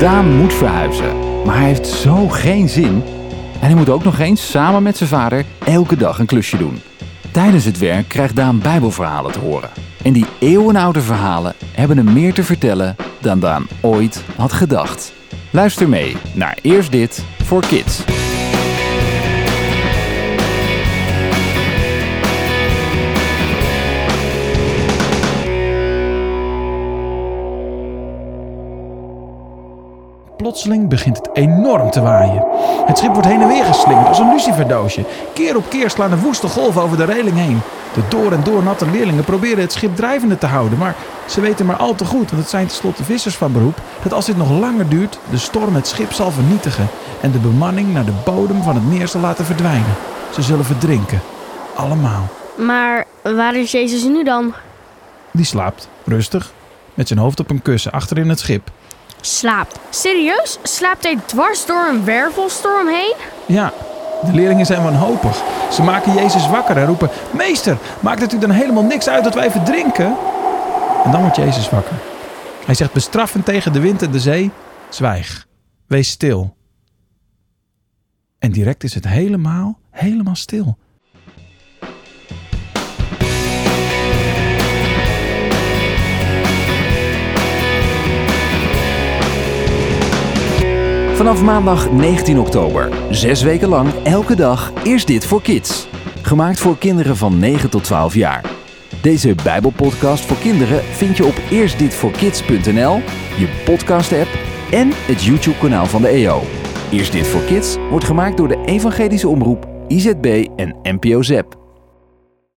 Daan moet verhuizen, maar hij heeft zo geen zin. En hij moet ook nog eens samen met zijn vader elke dag een klusje doen. Tijdens het werk krijgt Daan bijbelverhalen te horen. En die eeuwenoude verhalen hebben hem meer te vertellen dan Daan ooit had gedacht. Luister mee naar Eerst Dit voor Kids. Plotseling begint het enorm te waaien. Het schip wordt heen en weer geslingerd als een luciferdoosje. Keer op keer slaan de woeste golven over de reling heen. De door en door natte leerlingen proberen het schip drijvende te houden. Maar ze weten maar al te goed, want het zijn tenslotte vissers van beroep, dat als dit nog langer duurt, de storm het schip zal vernietigen en de bemanning naar de bodem van het meer zal laten verdwijnen. Ze zullen verdrinken. Allemaal. Maar waar is Jezus nu dan? Die slaapt, rustig, met zijn hoofd op een kussen achterin het schip. Slaapt. Serieus? Slaapt hij dwars door een wervelstorm heen? Ja, de leerlingen zijn wanhopig. Ze maken Jezus wakker en roepen: Meester, maakt het u dan helemaal niks uit dat wij verdrinken? En dan wordt Jezus wakker. Hij zegt bestraffend tegen de wind en de zee: zwijg, wees stil. En direct is het helemaal stil. Vanaf maandag 19 oktober, 6 weken lang, elke dag, Eerst Dit voor Kids. Gemaakt voor kinderen van 9 tot 12 jaar. Deze Bijbelpodcast voor kinderen vind je op eerstditvoorkids.nl, je podcast-app en het YouTube-kanaal van de EO. Eerst Dit voor Kids wordt gemaakt door de Evangelische Omroep, IZB en NPO ZEP.